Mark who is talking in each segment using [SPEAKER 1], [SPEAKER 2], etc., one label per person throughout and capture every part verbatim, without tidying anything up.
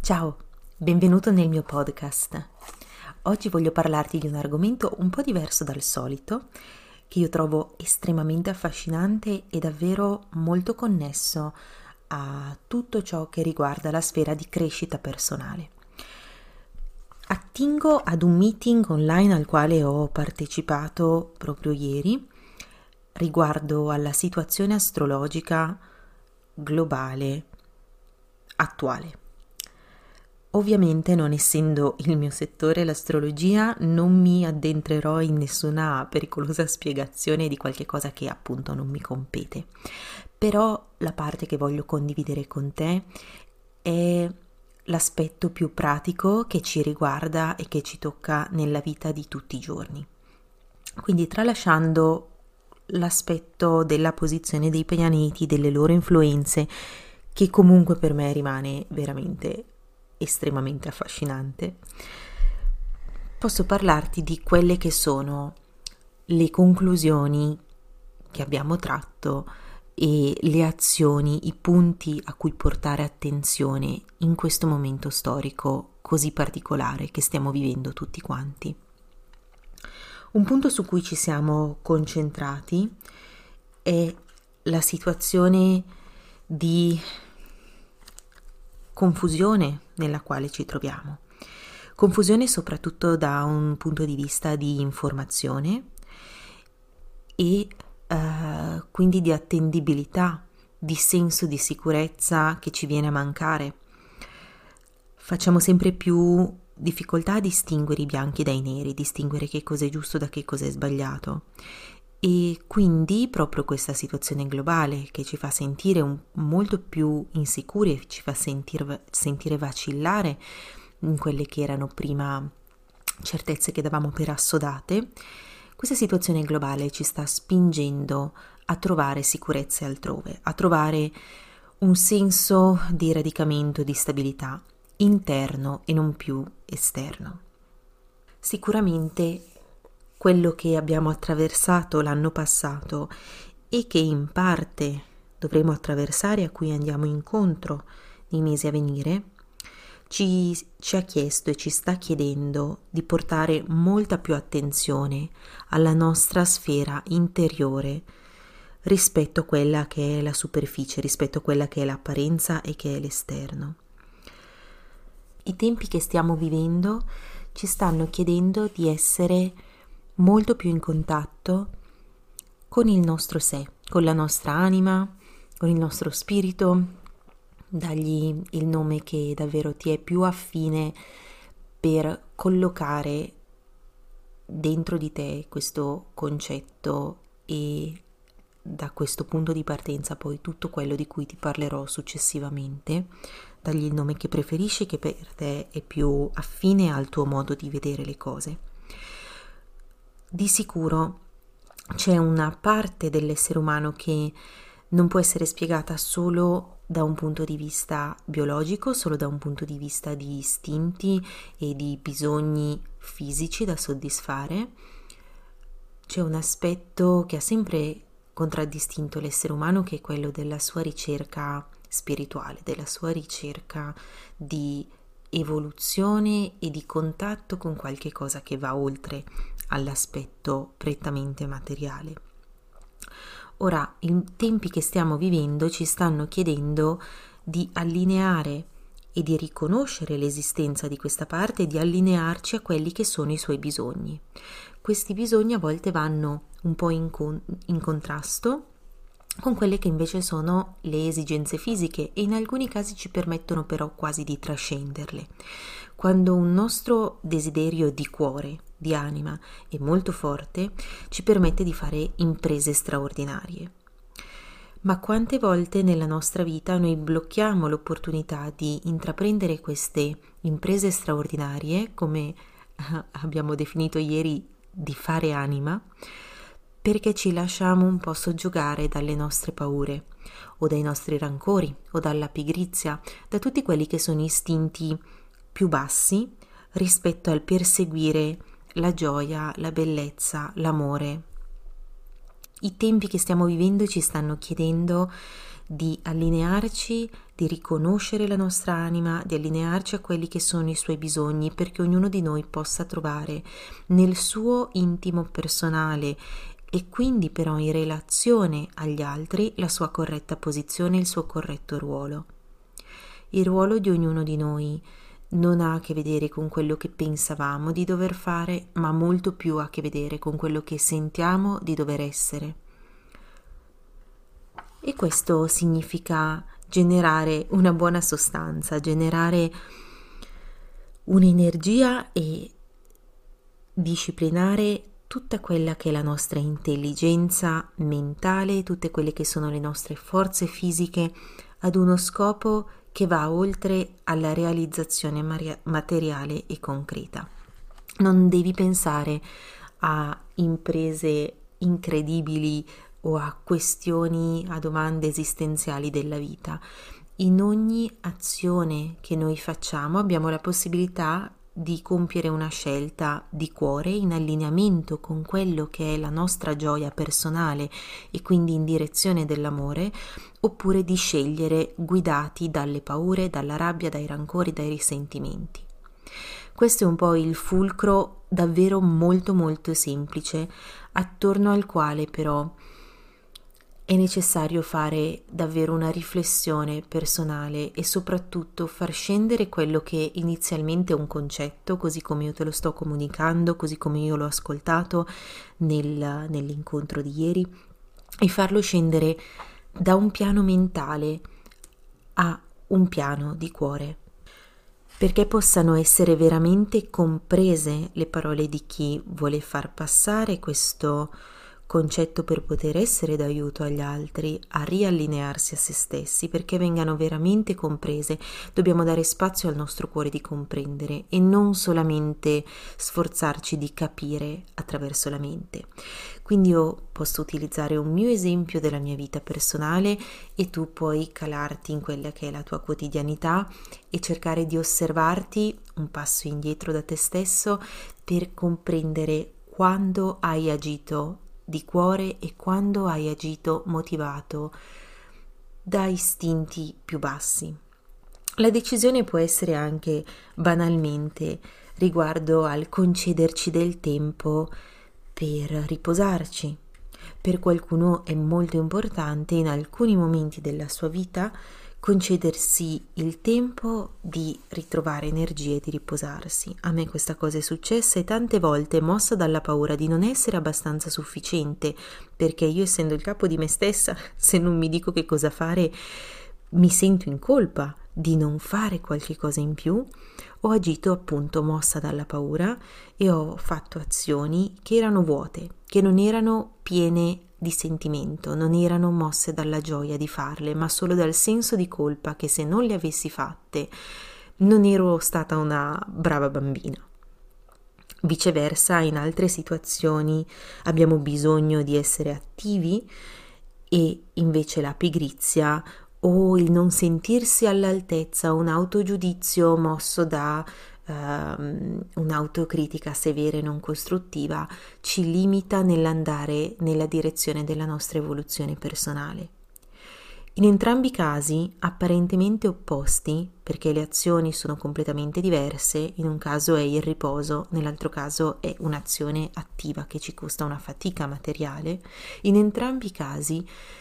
[SPEAKER 1] Ciao, benvenuto nel mio podcast. Oggi voglio parlarti di un argomento un po' diverso dal solito, che io trovo estremamente affascinante e davvero molto connesso a tutto ciò che riguarda la sfera di crescita personale. Attingo ad un meeting online al quale ho partecipato proprio ieri riguardo alla situazione astrologica globale attuale. Ovviamente, non essendo il mio settore l'astrologia, non mi addentrerò in nessuna pericolosa spiegazione di qualche cosa che appunto non mi compete. Però la parte che voglio condividere con te è l'aspetto più pratico che ci riguarda e che ci tocca nella vita di tutti i giorni. Quindi, tralasciando l'aspetto della posizione dei pianeti, delle loro influenze, che comunque per me rimane veramente estremamente affascinante, posso parlarti di quelle che sono le conclusioni che abbiamo tratto e le azioni, i punti a cui portare attenzione in questo momento storico così particolare che stiamo vivendo tutti quanti. Un punto su cui ci siamo concentrati è la situazione di confusione nella quale ci troviamo. Confusione soprattutto da un punto di vista di informazione e eh, quindi di attendibilità, di senso di sicurezza che ci viene a mancare. Facciamo sempre più difficoltà a distinguere i bianchi dai neri, distinguere che cosa è giusto da che cosa è sbagliato. E quindi proprio questa situazione globale che ci fa sentire un, molto più insicuri, ci fa sentir, sentire vacillare in quelle che erano prima certezze che davamo per assodate, questa situazione globale ci sta spingendo a trovare sicurezze altrove, a trovare un senso di radicamento, di stabilità interno e non più esterno. Sicuramente quello che abbiamo attraversato l'anno passato e che in parte dovremo attraversare, a cui andiamo incontro nei mesi a venire, ci, ci ha chiesto e ci sta chiedendo di portare molta più attenzione alla nostra sfera interiore rispetto a quella che è la superficie, rispetto a quella che è l'apparenza e che è l'esterno. I tempi che stiamo vivendo ci stanno chiedendo di essere molto più in contatto con il nostro sé, con la nostra anima, con il nostro spirito, dagli il nome che davvero ti è più affine per collocare dentro di te questo concetto e da questo punto di partenza poi tutto quello di cui ti parlerò successivamente, dagli il nome che preferisci, che per te è più affine al tuo modo di vedere le cose. Di sicuro c'è una parte dell'essere umano che non può essere spiegata solo da un punto di vista biologico, solo da un punto di vista di istinti e di bisogni fisici da soddisfare. C'è un aspetto che ha sempre contraddistinto l'essere umano, che è quello della sua ricerca spirituale, della sua ricerca di evoluzione e di contatto con qualche cosa che va oltre all'aspetto prettamente materiale. Ora, i tempi che stiamo vivendo ci stanno chiedendo di allineare e di riconoscere l'esistenza di questa parte e di allinearci a quelli che sono i suoi bisogni. Questi bisogni a volte vanno un po' in, con- in contrasto con quelle che invece sono le esigenze fisiche e in alcuni casi ci permettono però quasi di trascenderle. Quando un nostro desiderio di cuore, di anima, è molto forte, ci permette di fare imprese straordinarie. Ma quante volte nella nostra vita noi blocchiamo l'opportunità di intraprendere queste imprese straordinarie, come abbiamo definito ieri, di fare anima, perché ci lasciamo un po' soggiogare dalle nostre paure, o dai nostri rancori, o dalla pigrizia, da tutti quelli che sono istinti più bassi rispetto al perseguire la gioia, la bellezza, l'amore. I tempi che stiamo vivendo ci stanno chiedendo di allinearci di riconoscere la nostra anima, di allinearci a quelli che sono i suoi bisogni, perché ognuno di noi possa trovare nel suo intimo personale e quindi però in relazione agli altri la sua corretta posizione, il suo corretto ruolo. Il ruolo di ognuno di noi non ha a che vedere con quello che pensavamo di dover fare, ma molto più ha a che vedere con quello che sentiamo di dover essere. E questo significa generare una buona sostanza, generare un'energia e disciplinare tutta quella che è la nostra intelligenza mentale, tutte quelle che sono le nostre forze fisiche ad uno scopo che va oltre alla realizzazione materiale e concreta. Non devi pensare a imprese incredibili o a questioni, a domande esistenziali della vita. In ogni azione che noi facciamo abbiamo la possibilità di compiere una scelta di cuore in allineamento con quello che è la nostra gioia personale e quindi in direzione dell'amore, oppure di scegliere guidati dalle paure, dalla rabbia, dai rancori, dai risentimenti. Questo è un po' il fulcro davvero molto molto semplice, attorno al quale però è necessario fare davvero una riflessione personale e soprattutto far scendere quello che inizialmente è un concetto, così come io te lo sto comunicando, così come io l'ho ascoltato nel, nell'incontro di ieri, e farlo scendere da un piano mentale a un piano di cuore, perché possano essere veramente comprese le parole di chi vuole far passare questo concetto per poter essere d'aiuto agli altri a riallinearsi a se stessi, perché vengano veramente comprese. Dobbiamo dare spazio al nostro cuore di comprendere e non solamente sforzarci di capire attraverso la mente. Quindi io posso utilizzare un mio esempio della mia vita personale e tu puoi calarti in quella che è la tua quotidianità e cercare di osservarti un passo indietro da te stesso per comprendere quando hai agito di cuore e quando hai agito motivato da istinti più bassi. La decisione può essere anche banalmente riguardo al concederci del tempo per riposarci. Per qualcuno è molto importante in alcuni momenti della sua vita concedersi il tempo di ritrovare energie e di riposarsi. A me questa cosa è successa e tante volte, mossa dalla paura di non essere abbastanza sufficiente, perché io, essendo il capo di me stessa, se non mi dico che cosa fare, mi sento in colpa di non fare qualche cosa in più, ho agito appunto mossa dalla paura e ho fatto azioni che erano vuote, che non erano piene di sentimento, non erano mosse dalla gioia di farle, ma solo dal senso di colpa che se non le avessi fatte non ero stata una brava bambina. Viceversa, in altre situazioni abbiamo bisogno di essere attivi e invece la pigrizia o il non sentirsi all'altezza, un autogiudizio mosso da uh, un'autocritica severa e non costruttiva, ci limita nell'andare nella direzione della nostra evoluzione personale. In entrambi i casi apparentemente opposti, perché le azioni sono completamente diverse, in un caso è il riposo, nell'altro caso è un'azione attiva che ci costa una fatica materiale, in entrambi i casi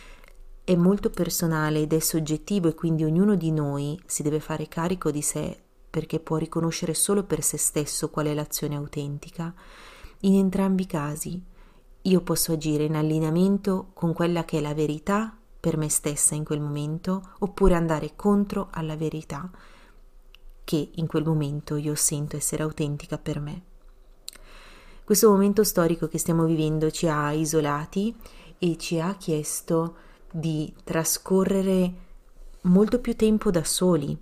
[SPEAKER 1] è molto personale ed è soggettivo e quindi ognuno di noi si deve fare carico di sé perché può riconoscere solo per se stesso qual è l'azione autentica. In entrambi i casi io posso agire in allineamento con quella che è la verità per me stessa in quel momento, oppure andare contro alla verità che in quel momento io sento essere autentica per me. Questo momento storico che stiamo vivendo ci ha isolati e ci ha chiesto di trascorrere molto più tempo da soli.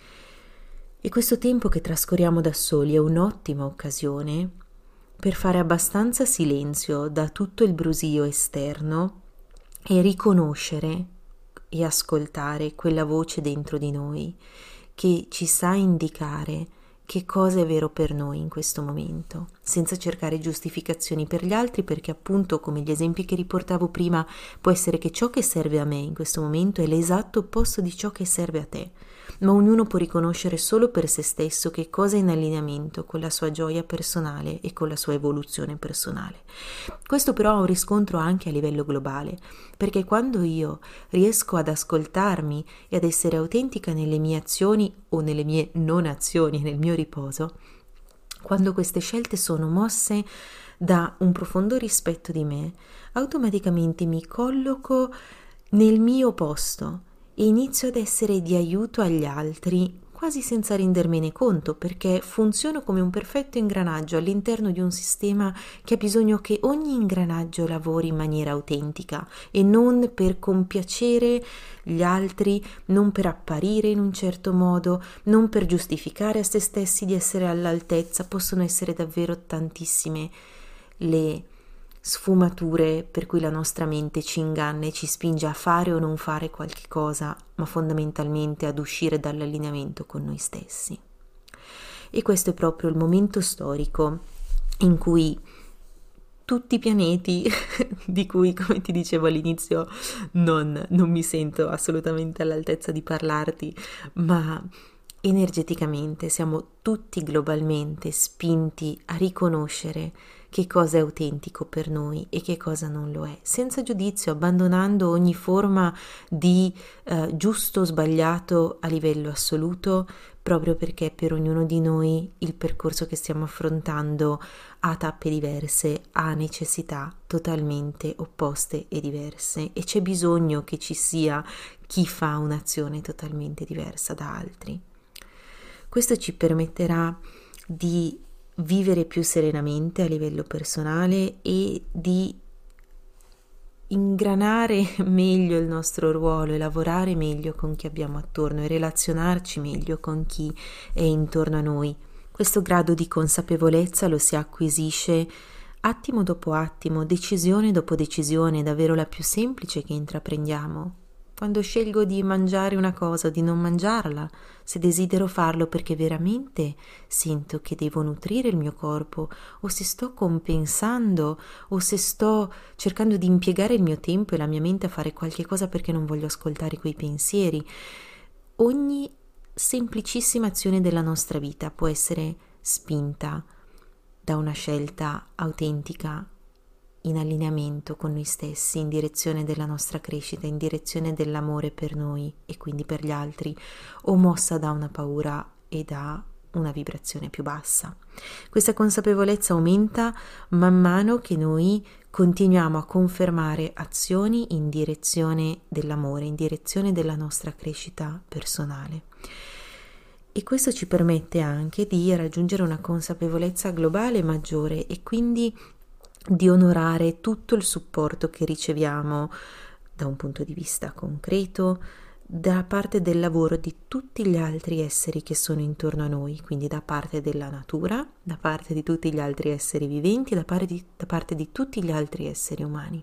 [SPEAKER 1] E questo tempo che trascorriamo da soli è un'ottima occasione per fare abbastanza silenzio da tutto il brusio esterno e riconoscere e ascoltare quella voce dentro di noi che ci sa indicare che cosa è vero per noi in questo momento. senza cercare giustificazioni per gli altri, perché appunto, come gli esempi che riportavo prima, può essere che ciò che serve a me in questo momento è l'esatto opposto di ciò che serve a te, ma ognuno può riconoscere solo per se stesso che cosa è in allineamento con la sua gioia personale e con la sua evoluzione personale. Questo però ha un riscontro anche a livello globale, perché quando io riesco ad ascoltarmi e ad essere autentica nelle mie azioni o nelle mie non azioni, nel mio riposo, quando queste scelte sono mosse da un profondo rispetto di me, automaticamente mi colloco nel mio posto e inizio ad essere di aiuto agli altri quasi senza rendermene conto, perché funziono come un perfetto ingranaggio all'interno di un sistema che ha bisogno che ogni ingranaggio lavori in maniera autentica e non per compiacere gli altri, non per apparire in un certo modo, non per giustificare a se stessi di essere all'altezza. Possono essere davvero tantissime le sfumature per cui la nostra mente ci inganna e ci spinge a fare o non fare qualche cosa, ma fondamentalmente ad uscire dall'allineamento con noi stessi. E questo è proprio il momento storico in cui tutti i pianeti, di cui, come ti dicevo all'inizio, non, non mi sento assolutamente all'altezza di parlarti, ma energeticamente siamo tutti globalmente spinti a riconoscere che cosa è autentico per noi e che cosa non lo è, senza giudizio, abbandonando ogni forma di eh, giusto o sbagliato a livello assoluto, proprio perché per ognuno di noi il percorso che stiamo affrontando ha tappe diverse, ha necessità totalmente opposte e diverse, e c'è bisogno che ci sia chi fa un'azione totalmente diversa da altri. Questo ci permetterà di vivere più serenamente a livello personale e di ingranare meglio il nostro ruolo e lavorare meglio con chi abbiamo attorno e relazionarci meglio con chi è intorno a noi. Questo grado di consapevolezza lo si acquisisce attimo dopo attimo, decisione dopo decisione, davvero la più semplice che intraprendiamo. Quando scelgo di mangiare una cosa o di non mangiarla, se desidero farlo perché veramente sento che devo nutrire il mio corpo, o se sto compensando, o se sto cercando di impiegare il mio tempo e la mia mente a fare qualche cosa perché non voglio ascoltare quei pensieri. Ogni semplicissima azione della nostra vita può essere spinta da una scelta autentica, in allineamento con noi stessi, in direzione della nostra crescita, in direzione dell'amore per noi e quindi per gli altri, o mossa da una paura e da una vibrazione più bassa. Questa consapevolezza aumenta man mano che noi continuiamo a confermare azioni in direzione dell'amore, in direzione della nostra crescita personale. E questo ci permette anche di raggiungere una consapevolezza globale maggiore e quindi di onorare tutto il supporto che riceviamo da un punto di vista concreto da parte del lavoro di tutti gli altri esseri che sono intorno a noi, quindi da parte della natura, da parte di tutti gli altri esseri viventi, da parte di, da parte di tutti gli altri esseri umani.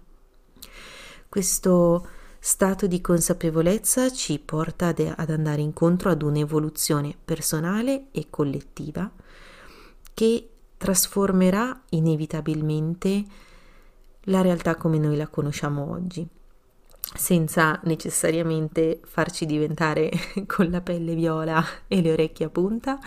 [SPEAKER 1] Questo stato di consapevolezza ci porta ad, ad andare incontro ad un'evoluzione personale e collettiva che trasformerà inevitabilmente la realtà come noi la conosciamo oggi, senza necessariamente farci diventare con la pelle viola e le orecchie a punta.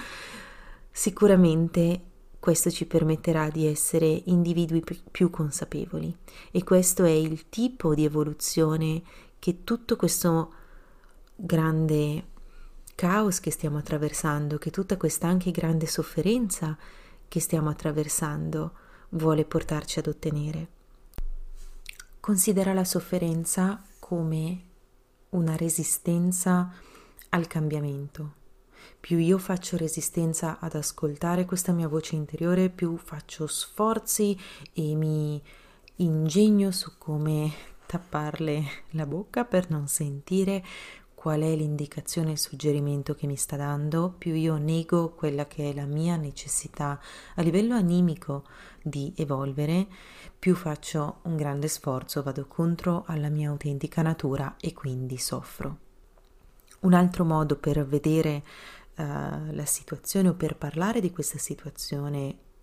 [SPEAKER 1] Sicuramente questo ci permetterà di essere individui più consapevoli, e questo è il tipo di evoluzione che tutto questo grande caos che stiamo attraversando, che tutta questa anche grande sofferenza che stiamo attraversando vuole portarci ad ottenere. Considera la sofferenza come una resistenza al cambiamento. Più io faccio resistenza ad ascoltare questa mia voce interiore, più faccio sforzi e mi ingegno su come tapparle la bocca per non sentire qual è l'indicazione e il suggerimento che mi sta dando, più io nego quella che è la mia necessità a livello animico di evolvere, più faccio un grande sforzo, vado contro alla mia autentica natura e quindi soffro. Un altro modo per vedere uh, la situazione o per parlare di questa situazione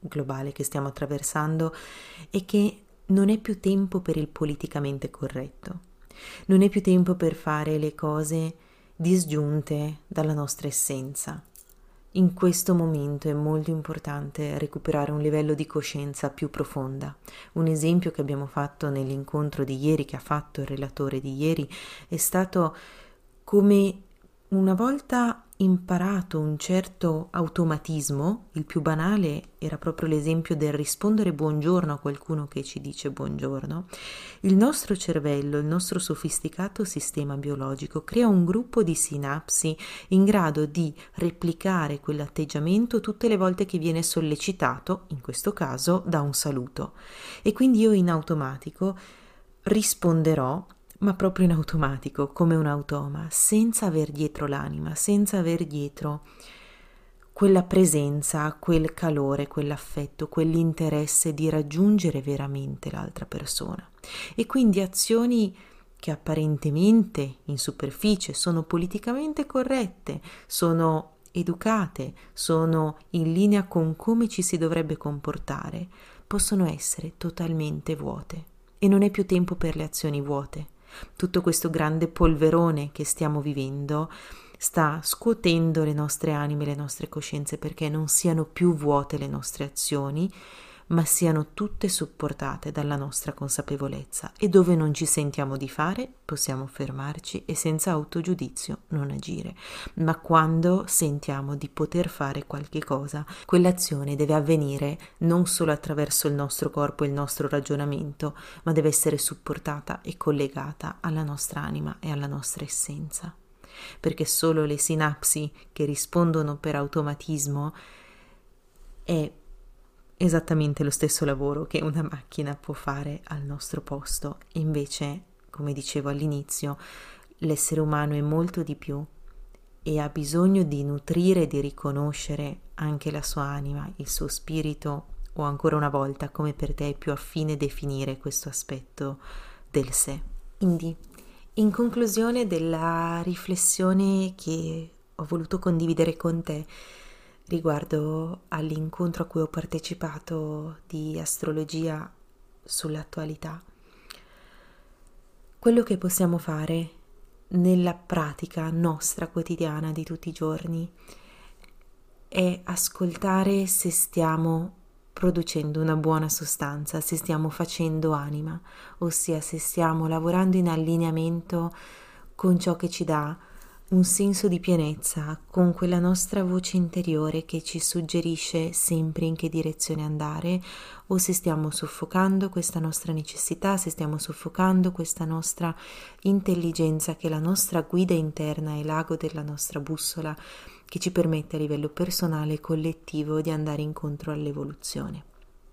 [SPEAKER 1] globale che stiamo attraversando è che non è più tempo per il politicamente corretto, non è più tempo per fare le cose disgiunte dalla nostra essenza. In questo momento è molto importante recuperare un livello di coscienza più profonda. Un esempio che abbiamo fatto nell'incontro di ieri, che ha fatto il relatore di ieri, è stato come una volta imparato un certo automatismo, il più banale era proprio l'esempio del rispondere buongiorno a qualcuno che ci dice buongiorno, il nostro cervello, il nostro sofisticato sistema biologico crea un gruppo di sinapsi in grado di replicare quell'atteggiamento tutte le volte che viene sollecitato, in questo caso, da un saluto. E quindi io in automatico risponderò, ma proprio in automatico, come un automa, senza aver dietro l'anima, senza aver dietro quella presenza, quel calore, quell'affetto, quell'interesse di raggiungere veramente l'altra persona. E quindi azioni che apparentemente in superficie sono politicamente corrette, sono educate, sono in linea con come ci si dovrebbe comportare, possono essere totalmente vuote. E non è più tempo per le azioni vuote. Tutto questo grande polverone che stiamo vivendo sta scuotendo le nostre anime, le nostre coscienze, perché non siano più vuote le nostre azioni, ma siano tutte supportate dalla nostra consapevolezza. E dove non ci sentiamo di fare, possiamo fermarci e senza autogiudizio non agire. Ma quando sentiamo di poter fare qualche cosa, quell'azione deve avvenire non solo attraverso il nostro corpo e il nostro ragionamento, ma deve essere supportata e collegata alla nostra anima e alla nostra essenza. Perché solo le sinapsi che rispondono per automatismo è esattamente lo stesso lavoro che una macchina può fare al nostro posto. Invece, come dicevo all'inizio, l'essere umano è molto di più e ha bisogno di nutrire e di riconoscere anche la sua anima, il suo spirito, o ancora una volta, come per te è più affine definire questo aspetto del sé. Quindi, in conclusione della riflessione che ho voluto condividere con te riguardo all'incontro a cui ho partecipato di astrologia sull'attualità, quello che possiamo fare nella pratica nostra quotidiana di tutti i giorni è ascoltare se stiamo producendo una buona sostanza, se stiamo facendo anima, ossia se stiamo lavorando in allineamento con ciò che ci dà un senso di pienezza, con quella nostra voce interiore che ci suggerisce sempre in che direzione andare, o se stiamo soffocando questa nostra necessità, se stiamo soffocando questa nostra intelligenza che è la nostra guida interna e l'ago della nostra bussola che ci permette a livello personale e collettivo di andare incontro all'evoluzione.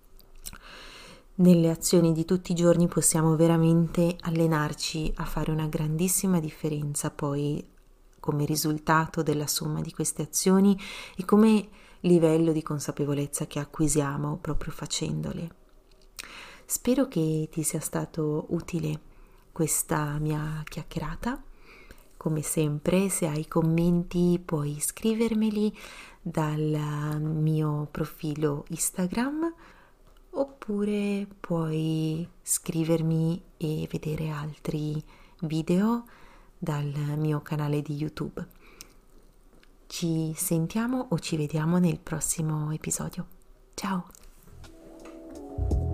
[SPEAKER 1] Nelle azioni di tutti i giorni possiamo veramente allenarci a fare una grandissima differenza poi come risultato della somma di queste azioni e come livello di consapevolezza che acquisiamo proprio facendole. Spero che ti sia stato utile questa mia chiacchierata. Come sempre, se hai commenti puoi scrivermeli dal mio profilo Instagram oppure puoi scrivermi e vedere altri video dal mio canale di YouTube. Ci sentiamo o ci vediamo nel prossimo episodio. Ciao!